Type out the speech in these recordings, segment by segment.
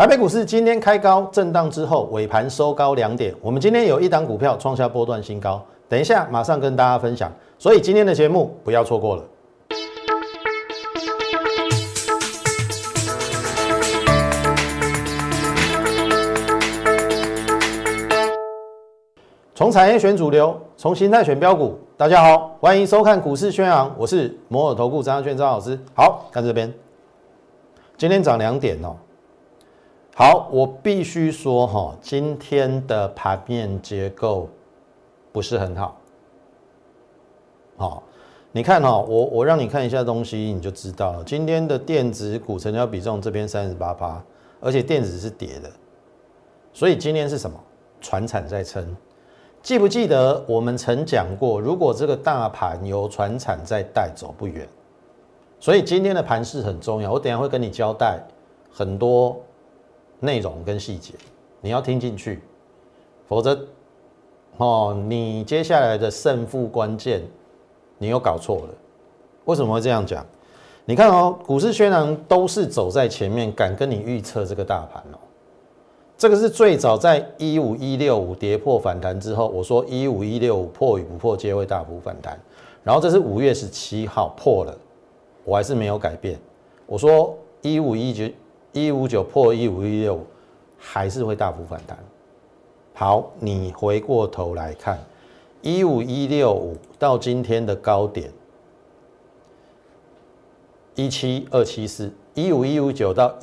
台北股市今天开高震荡之后，尾盘收高2点。我们今天有一档股票创下波段新高，等一下马上跟大家分享。所以今天的节目不要错过了。从产业选主流，从形态选标股。大家好，欢迎收看股市宣扬，我是摩尔投顾张嘉轩张老师。好，看这边，今天涨2点哦。好，我必须说哈，今天的盘面结构不是很好。好，你看哈，我让你看一下东西，你就知道了。今天的电子股成交比重这边38%，而且电子是跌的，所以今天是什么？传产在撑。记不记得我们曾讲过，如果这个大盘由传产在带，走不远。所以今天的盘势很重要，我等一下会跟你交代很多内容跟细节，你要听进去，否则你接下来的胜负关键你又搞错了。为什么会这样讲？你看哦，股市宣扬都是走在前面，敢跟你预测这个大盘哦。这个是最早在15165跌破反弹之后，我说15165破与不破皆会大幅反弹。然后这是5月17号破了，我还是没有改变。我说159破15165还是会大幅反弹。好，你回过头来看15165到今天的高点17274，15159到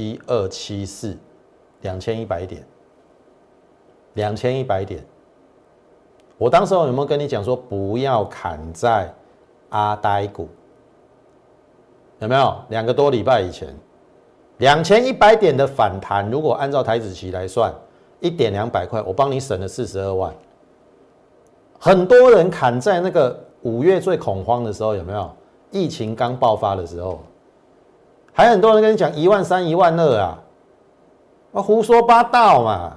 17274。2100点，2100点。我当时有没有跟你讲说不要砍在阿呆股？有没有？2个多礼拜以前，2100点的反弹，如果按照台指期来算，1点200块，我帮你省了42万。很多人砍在那个5月最恐慌的时候，有没有？疫情刚爆发的时候，还很多人跟你讲13000、12000啊。胡说八道嘛，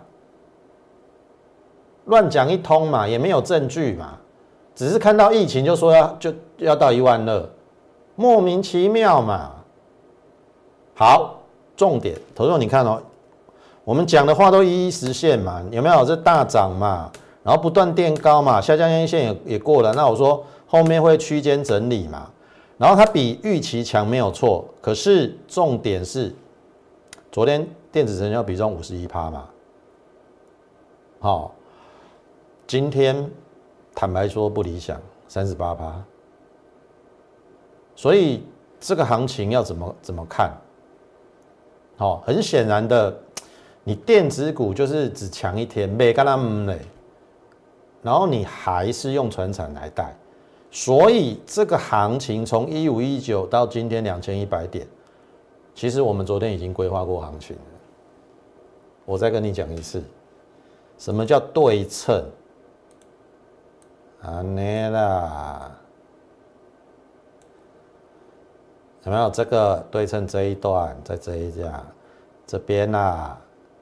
乱讲一通嘛，也没有证据嘛，只是看到疫情就说要到12000，莫名其妙嘛。好，重点，投资你看哦，我们讲的话都一一实现嘛，有没有？这大涨嘛，然后不断垫高嘛，下降压线也过了，那我说后面会区间整理嘛，然后它比预期强没有错，可是重点是昨天电子成交比重51%嘛，好，今天坦白说不理想，38%，所以这个行情要怎么看？好，很显然的，你电子股就是只强一天，没干那嘞，然后你还是用传产来带，所以这个行情从1519到今天2100点，其实我们昨天已经规划过行情了。我再跟你讲一次，什么叫对称？安啦，有没有这个对称这一段，在这一家这边啦？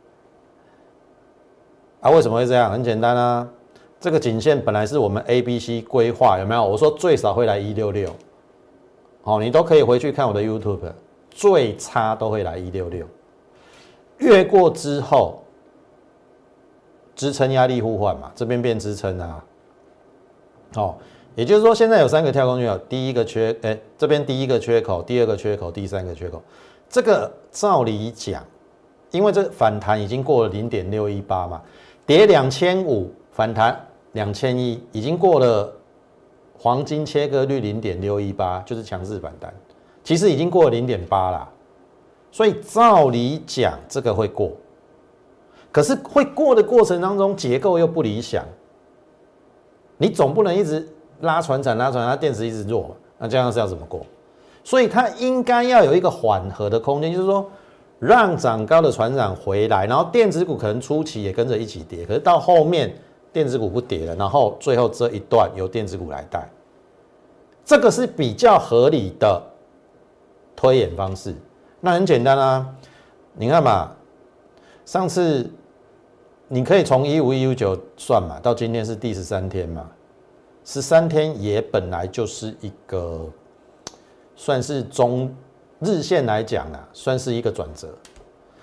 为什么会这样？很简单啊，这个颈线本来是我们 A、B、C 规划，有没有？我说最少会来166，你都可以回去看我的 YouTube， 最差都会来166。越过之后，支撑压力互换嘛，这边变支撑啊，也就是说现在有3个跳空缺口，第一个这边第一个缺口，第2个缺口，第3个缺口，这个照理讲，因为这反弹已经过了0.618嘛，跌2500反弹2100，已经过了黄金切割率0.618，就是强势反弹，其实已经过了0.8啦。所以照理讲，这个会过，可是会过的过程当中，结构又不理想。你总不能一直拉传产，它电池一直弱，那这样是要怎么过？所以它应该要有一个缓和的空间，就是说让涨高的传产回来，然后电子股可能初期也跟着一起跌，可是到后面电子股不跌了，然后最后这一段由电子股来带，这个是比较合理的推演方式。那很简单啊，你看嘛，上次你可以从15159算嘛，到今天是第13天嘛，13天也本来就是一个算是中日线来讲啦，算是一个转折。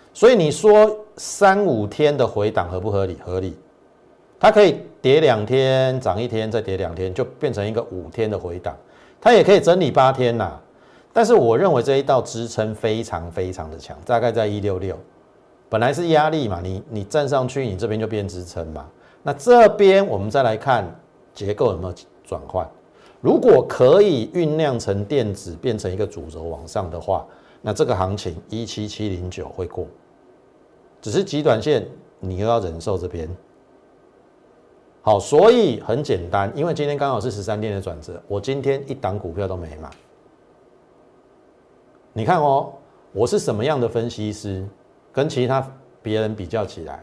所以你说3-5天的回档合不合理？合理。它可以跌2天，涨1天，再跌2天，就变成一个5天的回档。它也可以整理8天啦。但是我认为这一道支撑非常非常的强，大概在166，本来是压力嘛，你站上去，你这边就变支撑嘛。那这边我们再来看结构有没有转换，如果可以酝酿成电子变成一个主轴往上的话，那这个行情17709会过，只是极短线你又要忍受这边。好，所以很简单，因为今天刚好是13天的转折，我今天一档股票都没买。你看哦，我是什么样的分析师，跟其他别人比较起来，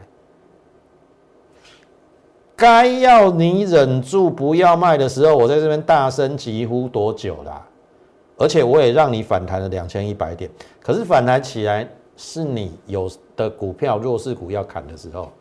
该要你忍住不要卖的时候，我在这边大声疾呼多久啦？而且我也让你反弹了2100点，可是反弹起来是你有的股票弱势股要砍的时候，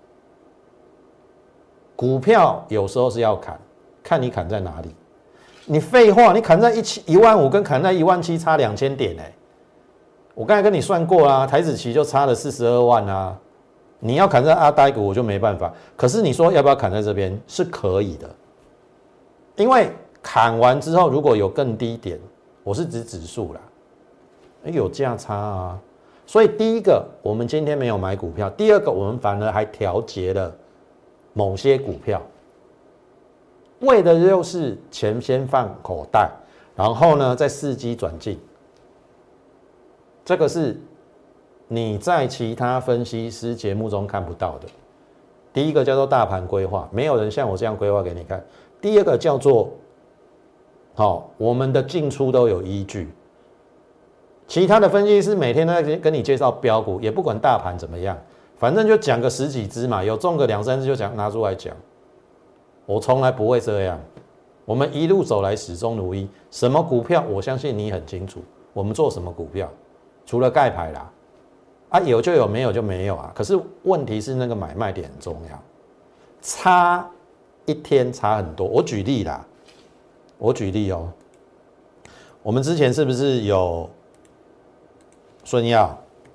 股票有时候是要砍，看你砍在哪里。你废话，你砍在15000跟砍在17000差2000点我刚才跟你算过啦，台指期就差了42万啊。你要砍在阿呆股我就没办法，可是你说要不要砍在这边是可以的，因为砍完之后如果有更低点，我是指指数啦，有价差啊。所以第一个我们今天没有买股票，第二个我们反而还调节了某些股票。为的就是钱先放口袋，然后呢再伺机转进。这个是你在其他分析师节目中看不到的。第一个叫做大盘规划，没有人像我这样规划给你看。第二个叫做我们的进出都有依据。其他的分析师每天都在跟你介绍标股，也不管大盘怎么样，反正就讲个10几只嘛，有中个2-3只就讲拿出来讲。我从来不会这样，我们一路走来始终如一。什么股票，我相信你很清楚。我们做什么股票，除了盖牌啦，有就有，没有就没有啊。可是问题是那个买卖点很重要，差一天差很多。我举例啦，哦，我们之前是不是有顺耀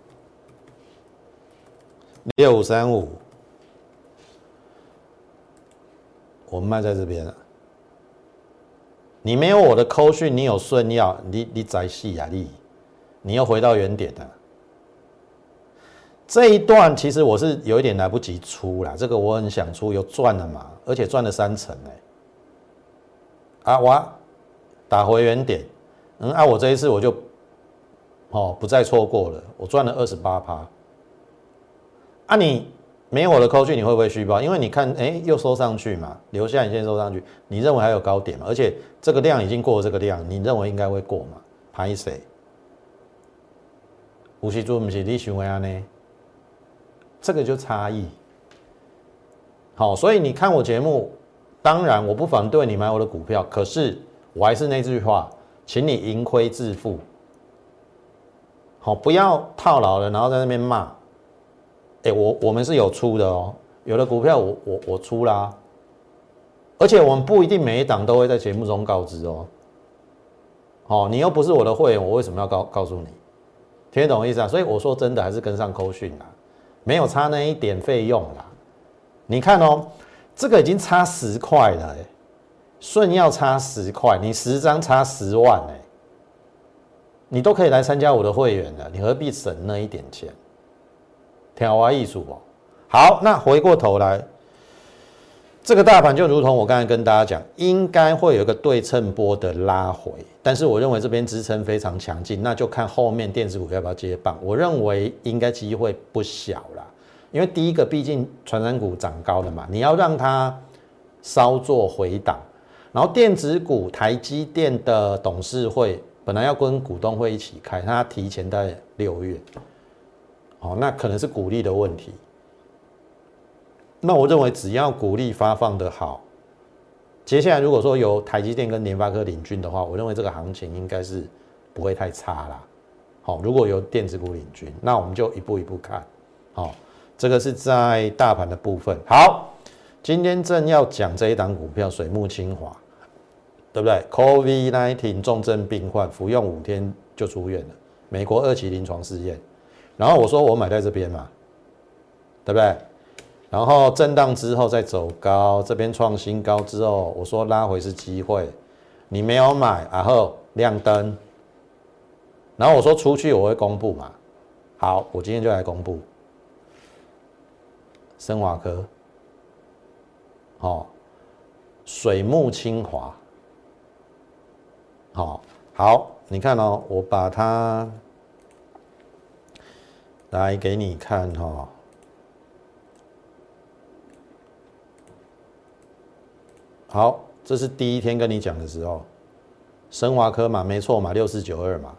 6535？我们卖在这边了，你没有我的扣讯，你有顺耀，你宰戏啊你又回到原点了。这一段其实我是有一点来不及出啦，这个我很想出，有赚了嘛，而且赚了3成我打回原点，我这一次我就不再错过了，我赚了28%。你没有我的扣讯，你会不会虚报？因为你看，又收上去嘛，留下影线收上去，你认为还有高点嘛？而且这个量已经过了这个量，你认为应该会过嘛？拍谁？有时阵不是你想的这样，这个就差异。好，所以你看我节目，当然我不反对你买我的股票，可是我还是那句话，请你盈亏自负。好，不要套牢了，然后在那边骂。我们是有出的哦，有的股票我出啦，而且我们不一定每一档都会在节目中告知哦。你又不是我的会员，我为什么要告诉你？听得懂意思啊？所以我说真的还是跟上扣讯啦，没有差那一点费用啦。你看哦，这个已经差10块了顺要差10块，你10张差10万你都可以来参加我的会员了，你何必省那一点钱？听我意思哦。好，那回过头来，这个大盘就如同我刚才跟大家讲，应该会有一个对称波的拉回，但是我认为这边支撑非常强劲，那就看后面电子股要不要接棒。我认为应该机会不小啦，因为第一个毕竟传产股涨高了嘛，你要让它稍作回档，然后电子股台积电的董事会本来要跟股东会一起开，它提前在6月。那可能是股利的问题。那我认为只要股利发放的好，接下来如果说由台积电跟联发科领军的话，我认为这个行情应该是不会太差啦。好，如果由电子股领军，那我们就一步一步看。好，这个是在大盘的部分。好，今天正要讲这一档股票水木清华，对不对 ？COVID-19 重症病患服用5天就出院了，美国2期临床试验。 然后我说我买在这边嘛，对不对？然后震荡之后再走高，这边创新高之后，我说拉回是机会，你没有买，然后亮灯，然后我说出去我会公布嘛，好，我今天就来公布，升华科，水木清华，好，你看哦，我把它来给你看好，这是第一天跟你讲的时候，升华科嘛，没错嘛，6492嘛，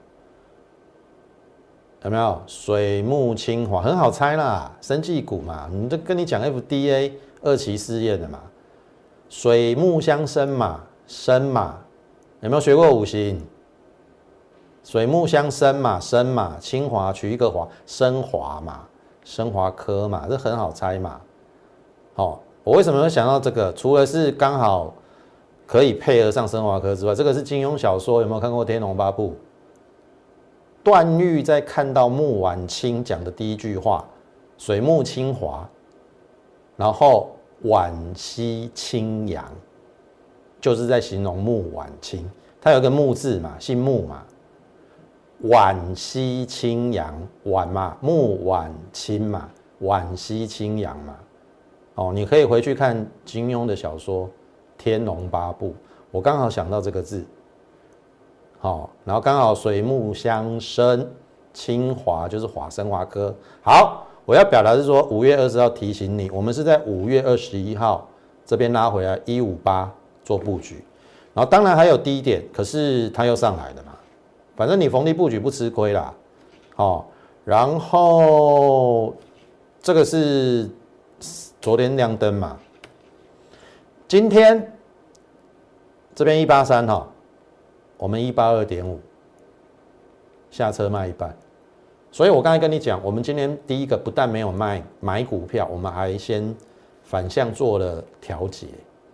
有没有？水木清华很好猜啦，生技股嘛，你都跟你讲 FDA 2期试验的嘛，水木相生嘛，生嘛，有没有学过五行？水木相生嘛，生嘛，清华取一个华，升华嘛，升华科嘛，这很好猜嘛。我为什么会想到这个？除了是刚好可以配合上升华科之外，这个是金庸小说，有没有看过《天龙八部》？段誉在看到穆婉清讲的第一句话“水木清华”，然后惋惜清扬，就是在形容穆婉清。他有一个穆字嘛，姓穆嘛。惋惜清扬，惋嘛，穆婉清嘛，惋惜清扬嘛。你可以回去看金庸的小说《天龙八部》，我刚好想到这个字。然后刚好水木相生，清华就是华升华科。好，我要表达是说，5月20号提醒你，我们是在5月21号这边拉回来158做布局，然后当然还有低点，可是它又上来了嘛。反正你逢低布局不吃亏啦，然后这个是昨天亮灯嘛，今天这边183我们182.5下车卖一半，所以我刚才跟你讲，我们今天第一个不但没有买股票，我们还先反向做了调节，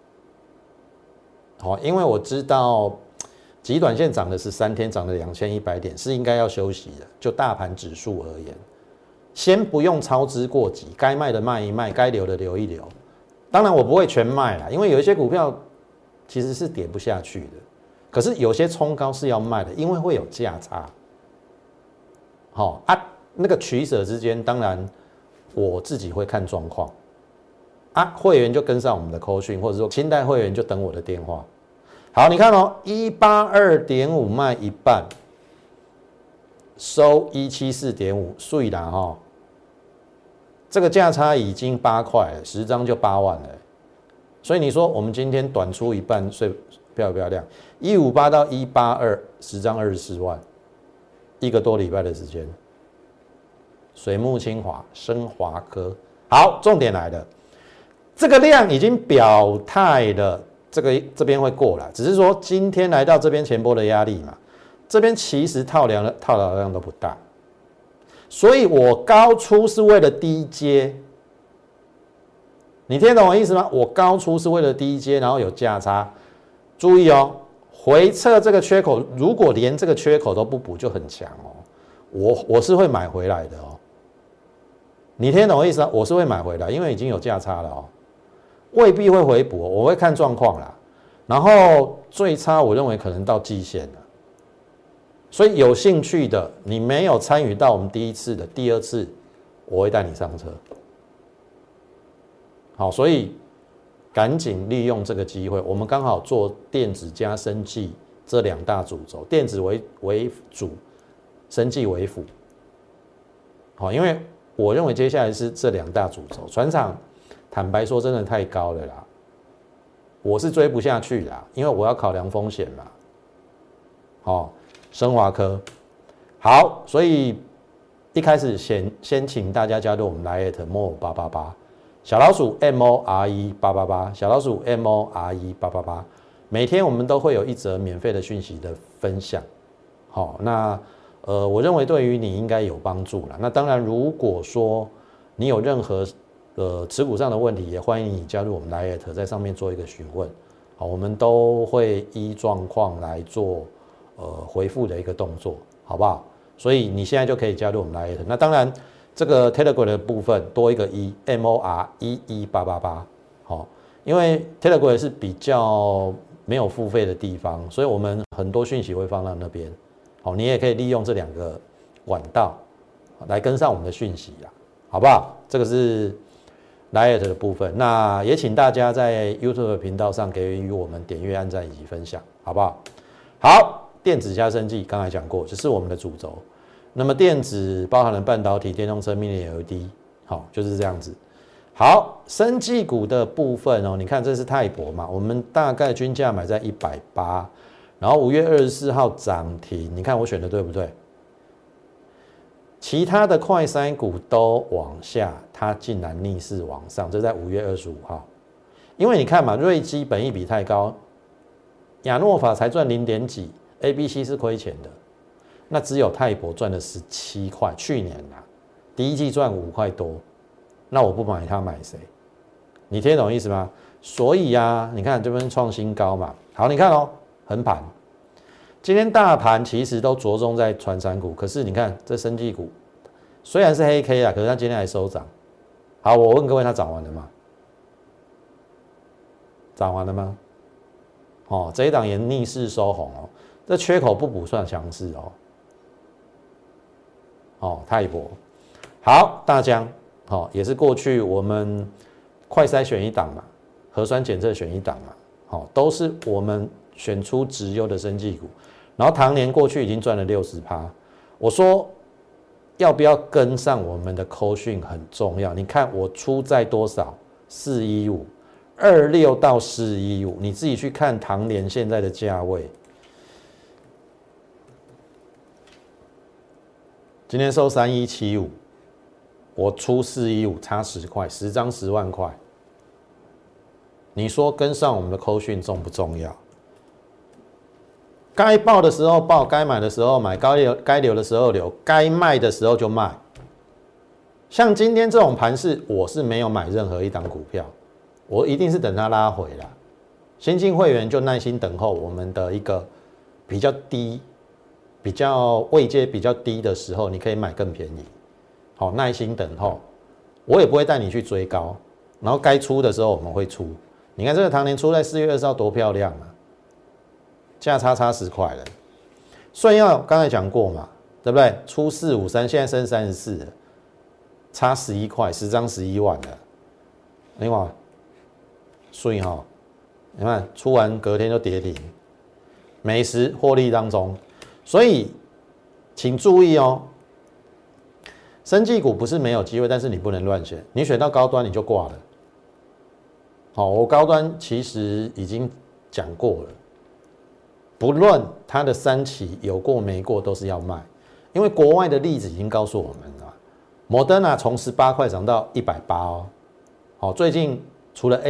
因为我知道。极短线涨的是3天涨了2100点，是应该要休息的。就大盘指数而言，先不用操之过急，该卖的卖一卖，该留的留一留。当然我不会全卖啦，因为有一些股票其实是跌不下去的，可是有些冲高是要卖的，因为会有价差。那个取舍之间，当然我自己会看状况。会员就跟上我们的扣讯，或者说清代会员就等我的电话。好，你看182.5卖一半，收174.5，碎啦这个价差已经8块了，10张就8万了。所以你说我们今天短出一半，漂不漂亮？158到182，10张24万，1个多礼拜的时间。水木清华、升华科，好，重点来了，这个量已经表态了。这边会过来，只是说今天来到这边前波的压力嘛，这边其实套牢量都不大，所以我高出是为了低接，你听懂我意思吗？我高出是为了低接，然后有价差，注意回测这个缺口，如果连这个缺口都不补就很强我是会买回来的你听懂我意思吗？我是会买回来，因为已经有价差了未必会回补，我会看状况啦。然后最差我认为可能到季线了，所以有兴趣的，你没有参与到我们第一次的，第二次我会带你上车。好，所以赶紧利用这个机会，我们刚好做电子加生技这2大主轴，电子为主，生技为辅。好，因为我认为接下来是这2大主轴，传产。坦白说，真的太高了啦，我是追不下去啦，因为我要考量风险嘛。升华科，好，所以一开始先请大家加入我们 Line @more888，小老鼠 MORE888，小老鼠 MORE888，每天我们都会有1则免费的讯息的分享。那我认为对于你应该有帮助啦。那当然，如果说你有任何持股上的问题，也欢迎你加入我们 Line， 在上面做一个询问，好，我们都会依状况来做回复的一个动作，好不好？ 所以你现在就可以加入我们 Line。那当然，这个 Telegram 的部分多一个MOR11888，好，因为 Telegram 是比较没有付费的地方，所以我们很多讯息会放到那边。好，你也可以利用这2个管道来跟上我们的讯息啦，好不好？这个是 Line 的部分。那也请大家在 YouTube 频道上给予我们点阅、按赞以及分享，好不好？好，电子加生技刚才讲过，这是我们的主轴。那么电子包含了半导体、电动车、Mini LED， 好，就是这样子。好，生技股的部分哦，你看这是泰博嘛，我们大概均价买在180，然后5月24号涨停，你看我选的对不对？其他的快筛股都往下，它竟然逆势往上，这在5月25号。因为你看嘛，瑞基本益比太高，亚诺法才赚0点几 ，ABC 是亏钱的，那只有泰博赚了17块，去年啊，第一季赚5块多，那我不买它买谁？你听懂意思吗？所以啊，你看这边创新高嘛，好，你看哦，横盘。今天大盘其实都着重在传产股，可是你看这生技股虽然是黑 K 啦，可是它今天还收涨。好，我问各位，它涨完了吗？涨完了吗？哦，这一档也逆势收红哦，这缺口不补算强势哦。哦，泰博，好，大江，好，也是过去我们快筛选一档嘛，核酸检测选一档嘛，好，都是我们选出质优的生技股。然后唐年过去已经赚了60%，我说要不要跟上我们的扣讯很重要。你看我出在多少？415，26到415，你自己去看唐年现在的价位。今天收3175，我出415，差10块，10张10万块。你说跟上我们的扣讯重不重要？该报的时候报，该买的时候买，该留的时候留，该卖的时候就卖。像今天这种盘势，我是没有买任何一档股票，我一定是等它拉回啦。先进会员就耐心等候我们的一个比较低、比较位阶比较低的时候，你可以买更便宜。好，耐心等候，我也不会带你去追高。然后该出的时候我们会出。你看这个唐年出在4月20号多漂亮啊！价差10块了，顺耀刚才讲过嘛，对不对？出453，现在升34了，差11块，10张11万了。另外，顺哈，你看出完隔天就跌停，美食获利当中，所以请注意哦，生技股不是没有机会，但是你不能乱选，你选到高端你就挂了。好，我高端其实已经讲过了。不论它的3期有过没过，都是要卖，因为国外的例子已经告诉我们了。摩登纳从18块涨到180哦。好，最近除了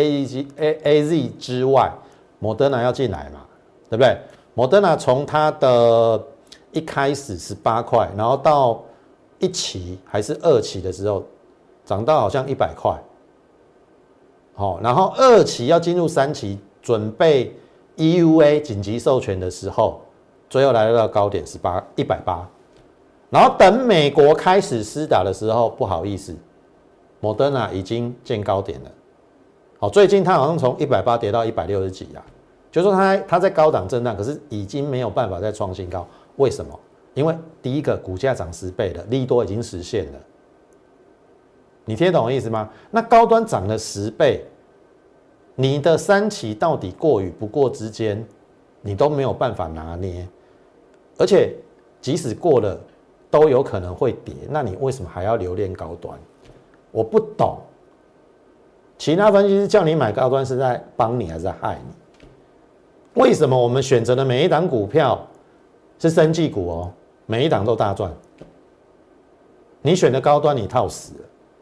AZ 之外，摩登纳要进来嘛，对不对？摩登纳从它的一开始18块，然后到1期还是2期的时候，涨到好像100块。好，然后2期要进入3期，准备。EUA 紧急授权的时候，最后来到高点180，然后等美国开始施打的时候，不好意思，莫德纳已经见高点了。好，最近它好像从180跌到160几啊，就是说它在高档震荡，可是已经没有办法再创新高。为什么？因为第一个股价涨10倍了，利多已经实现了。你听懂我意思吗？那高端涨了10倍。你的3期到底过与不过之间，你都没有办法拿捏，而且即使过了，都有可能会跌。那你为什么还要留恋高端？我不懂。其他分析师叫你买高端是在帮你还是在害你？为什么我们选择的每一档股票是生技股哦，每一档都大赚？你选的高端你套死了，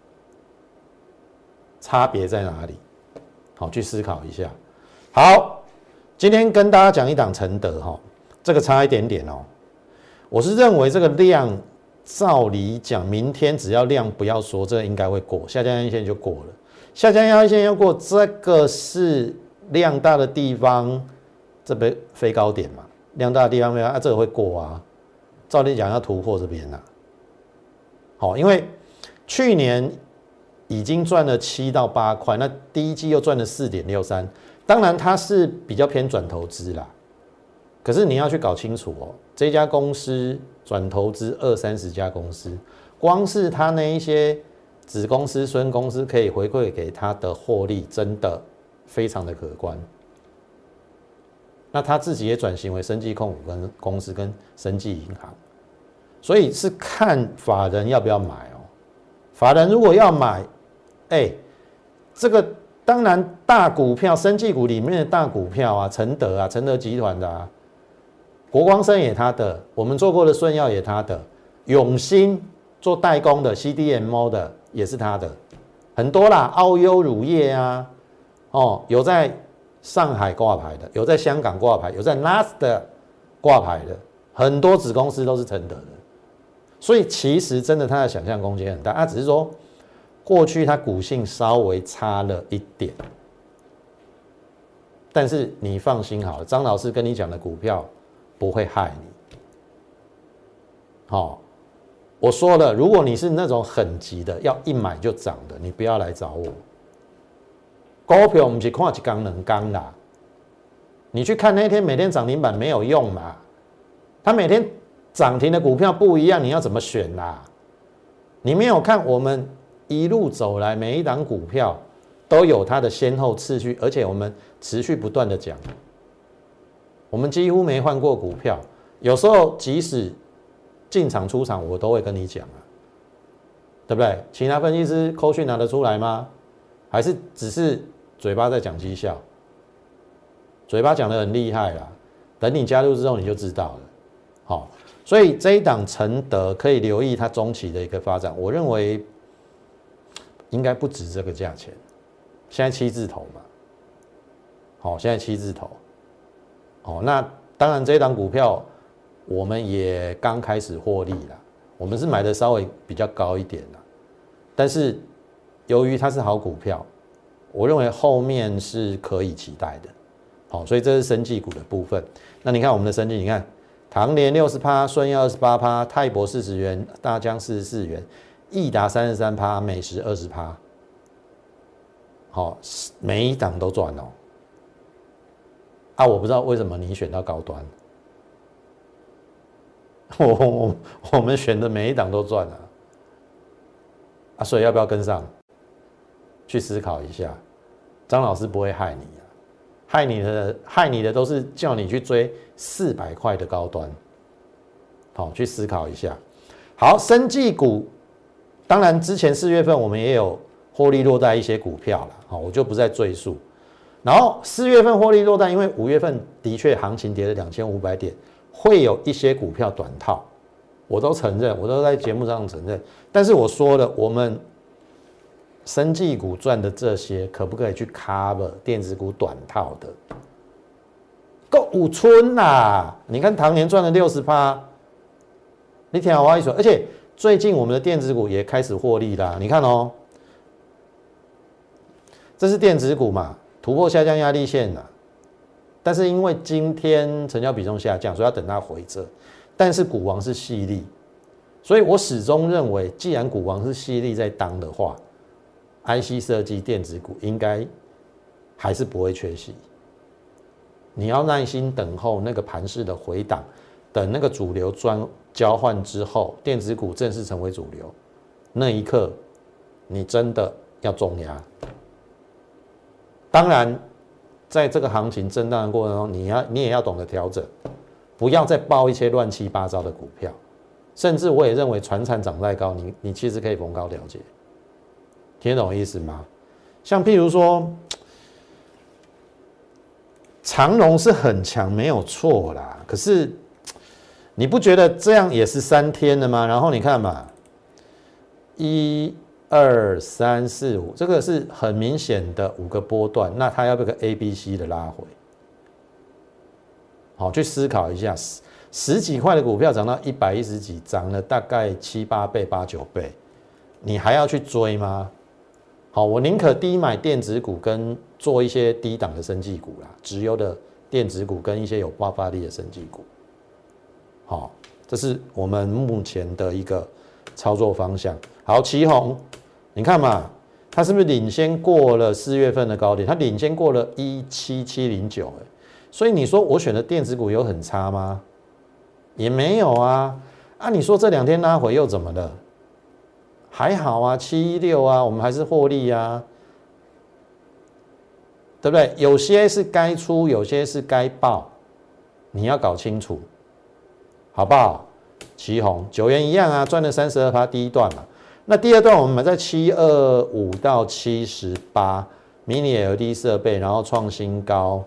差别在哪里？好，去思考一下。好，今天跟大家讲一档承德哈，这个差一点点哦。我是认为这个量，照理讲，明天只要量不要说，这个应该会过，下降压力线就过了。下降压力线要过，这个是量大的地方，这边飞高点嘛，量大的地方飞高，这个会过啊。 照理讲要突破这边啦。好，因为去年已经赚了7到8块，那第一季又赚了4.63，当然它是比较偏转投资啦。可是你要去搞清楚哦，这家公司转投资20-30家公司，光是它那一些子公司、孙公司可以回馈给它的获利，真的非常的可观。那他自己也转型为生技控股跟公司跟生技银行，所以是看法人要不要买哦。法人如果要买，这个当然大股票，生技股里面的大股票啊，承德啊，承德集团的啊，国光生也他的，我们做过的顺药也他的，永兴做代工的 CDMO 的也是他的，很多啦，澳优乳业啊，有在上海挂牌的，有在香港挂牌，有在 NASDAQ 挂牌的，很多子公司都是承德的，所以其实真的它的想象空间很大，只是说过去它股性稍微差了一点，但是你放心好了，张老师跟你讲的股票不会害你。我说了，如果你是那种很急的，要一买就涨的，你不要来找我。股票不是看一天两天啦，你去看那天每天涨停板没有用嘛？它每天涨停的股票不一样，你要怎么选啦？你没有看我们一路走来，每一档股票都有它的先后次序，而且我们持续不断的讲，我们几乎没换过股票，有时候即使进场出场，我都会跟你讲啊，对不对？其他分析师扣讯拿得出来吗？还是只是嘴巴在讲绩效，嘴巴讲得很厉害啦，等你加入之后你就知道了。好，所以这一档承德可以留意它中期的一个发展，我认为应该不止这个价钱，现在7字头嘛，好，现在7字头，那当然这一档股票我们也刚开始获利啦，我们是买的稍微比较高一点啦，但是由于它是好股票，我认为后面是可以期待的。好，所以这是生技股的部分。那你看我们的生技，你看唐联60%，顺药28%，泰博40元，大江44元，益达33%，美食20%。好，每一档都赚哦。我不知道为什么你选到高端，我们选的每一档都赚啊，所以要不要跟上？去思考一下，张老师不会害你啊，害你的都是叫你去追400块的高端。好，去思考一下。好，生技股，当然之前4月份我们也有获利落袋一些股票了，好，我就不再赘述。然后4月份获利落袋，因为5月份的确行情跌了2500点，会有一些股票短套，我都承认，我都在节目上承认。但是我说了，我们生技股赚的这些，可不可以去 cover 电子股短套的？够五春啦！你看唐年赚了60%，你听我意思。而且最近我们的电子股也开始获利啦。你看哦，这是电子股嘛，突破下降压力线啦。但是因为今天成交比重下降，所以要等它回撤。但是股王是矽力，所以我始终认为，既然股王是矽力在当的话， IC 设计电子股应该还是不会缺席，你要耐心等候那个盘势的回档，等那个主流交换之后，电子股正式成为主流，那一刻你真的要重压。当然，在这个行情震荡的过程中，你也要懂得调整，不要再抱一些乱七八糟的股票，甚至我也认为传产涨再高，你其实可以逢高了结。听得懂意思吗？像譬如说，长荣是很强，没有错啦。可是你不觉得这样也是3天了吗？然后你看嘛，1、2、3、4、5，这个是很明显的5个波段，那它要不要个 A、B、C 的拉回？好，去思考一下，10几块的股票涨到110几，涨了大概7、8倍、8、9倍，你还要去追吗？好，我宁可低买电子股跟做一些低档的生技股啦，直优的电子股跟一些有爆发力的生技股。好， 这是我们目前的一个操作方向。好，奇鋐，你看嘛，它是不是领先过了4月份的高点？它领先过了17709，所以你说我选的电子股有很差吗？也没有啊。你说这2天拉回又怎么了？还好啊，716啊，我们还是获利啊，对不对？有些是该出，有些是该报，你要搞清楚，好不好？奇鋐9元一样啊，赚了32%第一段嘛。那第二段我们买在725到78 ，mini LED 设备，然后创新高，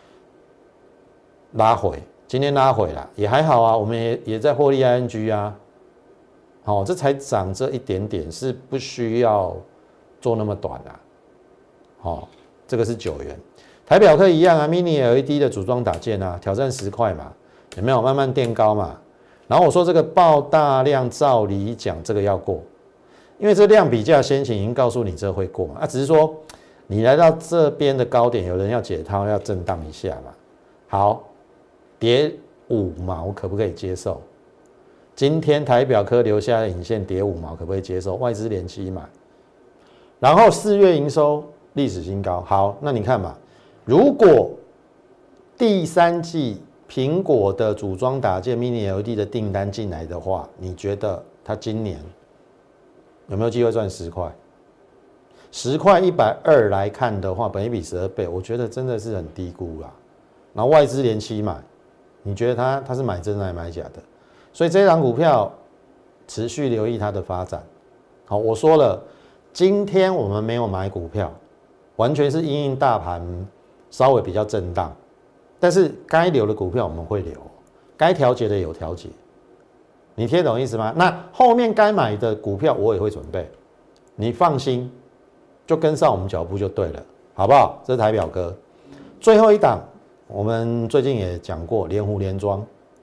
拉回。今天拉回了，也还好啊，我们也在获利 ING 啊，好，这才涨这一点点，是不需要做那么短啊，好，这个是9元，台表科一样啊 ，mini LED 的组装打件啊，挑战10块嘛，有没有慢慢垫高嘛？然后我说这个爆大量，照理讲这个要过，因为这量比价先行已经告诉你这会过嘛，只是说你来到这边的高点，有人要解套，要震荡一下嘛，好。跌5毛可不可以接受？今天台表科留下的影线跌5毛可不可以接受？外资连期买，然后4月营收历史新高。好，那你看嘛，如果第3季苹果的组装打件 mini LED 的订单进来的话，你觉得它今年有没有机会赚10块？10块120来看的话，本益比12倍，我觉得真的是很低估啦。然后外资连期买。你觉得他是买真的还是买假的？所以这档股票持续留意它的发展。好，我说了，今天我们没有买股票，完全是因应大盘稍微比较震荡，但是该留的股票我们会留，该调节的有调节。你听懂意思吗？那后面该买的股票我也会准备，你放心，就跟上我们脚步就对了，好不好？这是台表哥，最后一档。我们最近也讲过联湖联庄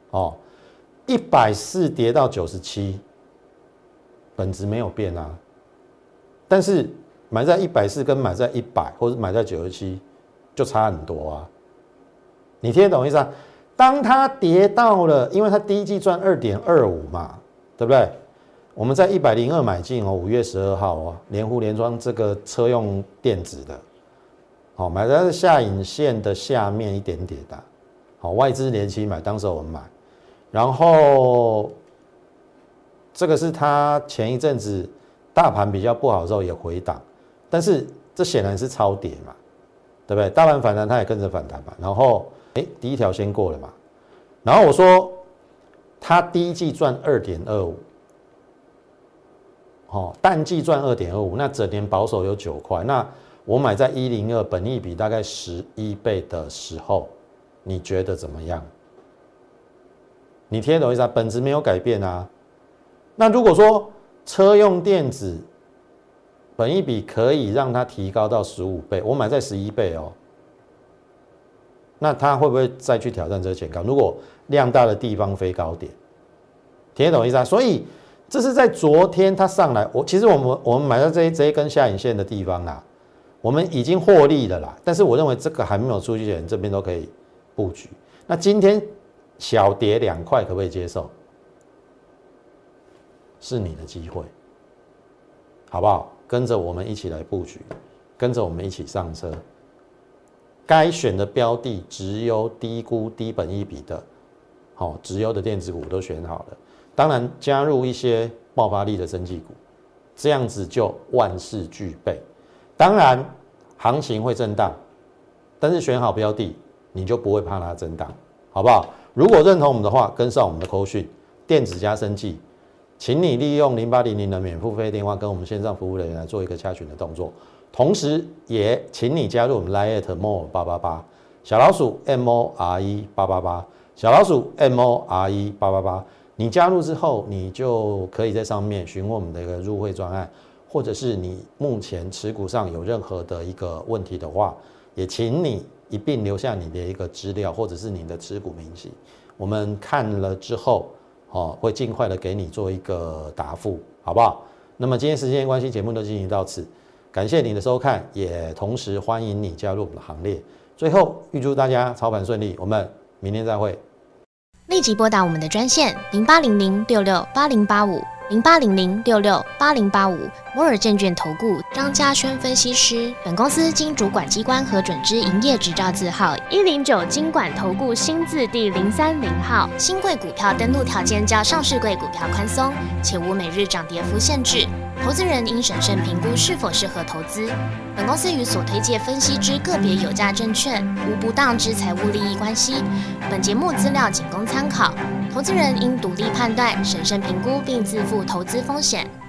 ，140跌到97，本质没有变啊，但是买在140跟买在100或者买在97就差很多啊，你听得懂意思啊？当它跌到了，因为它第一季赚2.25嘛，对不对？我们在102买进5月12号联湖联庄这个车用电子的。好，买在下影线的下面一点点的，好，外资连期买，当时我们买，然后这个是它前一阵子大盘比较不好的时候也回档，但是这显然是超跌嘛，对不对？大盘反弹它也跟着反弹嘛，然后第一条先过了嘛，然后我说它第一季赚2.25，淡季赚2.25，那整年保守有9块，那。我买在102，本益比大概11倍的时候，你觉得怎么样？你听得懂意思啊？本质没有改变啊。那如果说车用电子本益比可以让它提高到15倍，我买在11倍哦，那它会不会再去挑战这个前高？如果量大的地方飞高点，听得懂意思啊？所以这是在昨天它上来，其实我们买到这一根下影线的地方啦。我们已经获利了啦，但是我认为这个还没有出去前，这边都可以布局。那今天小跌2块，可不可以接受？是你的机会，好不好？跟着我们一起来布局，跟着我们一起上车。该选的标的，直优、低估、低本益比的，直优的电子股都选好了。当然加入一些爆发力的生技股，这样子就万事俱备。当然，行情会震荡，但是选好标的，你就不会怕它震荡，好不好？如果认同我们的话，跟上我们的扣讯，电子加生技，请你利用0800的免付费电话跟我们线上服务人员来做一个洽询的动作，同时也请你加入我们 LINE @more888小老鼠 MORE888小老鼠 MORE888，你加入之后，你就可以在上面询问我们的一个入会专案。或者是你目前持股上有任何的一个问题的话，也请你一并留下你的一个资料，或者是你的持股明细，我们看了之后，会尽快的给你做一个答复，好不好？那么今天时间关系，节目就进行到此，感谢你的收看，也同时欢迎你加入我们的行列。最后预祝大家操盘顺利，我们明天再会。 立即拨打我们的专线08006680850800668085摩尔证券投顾张嘉轩分析师。本公司经主管机关核准之营业执照字号109金管投顾新字第030号。新贵股票登录条件较上市贵股票宽松，且无每日涨跌幅限制。投资人应审慎评估是否适合投资。本公司与所推介分析之个别有价证券无不当之财务利益关系。本节目资料仅供参考，投资人应独立判断、审慎评估并自负投资风险。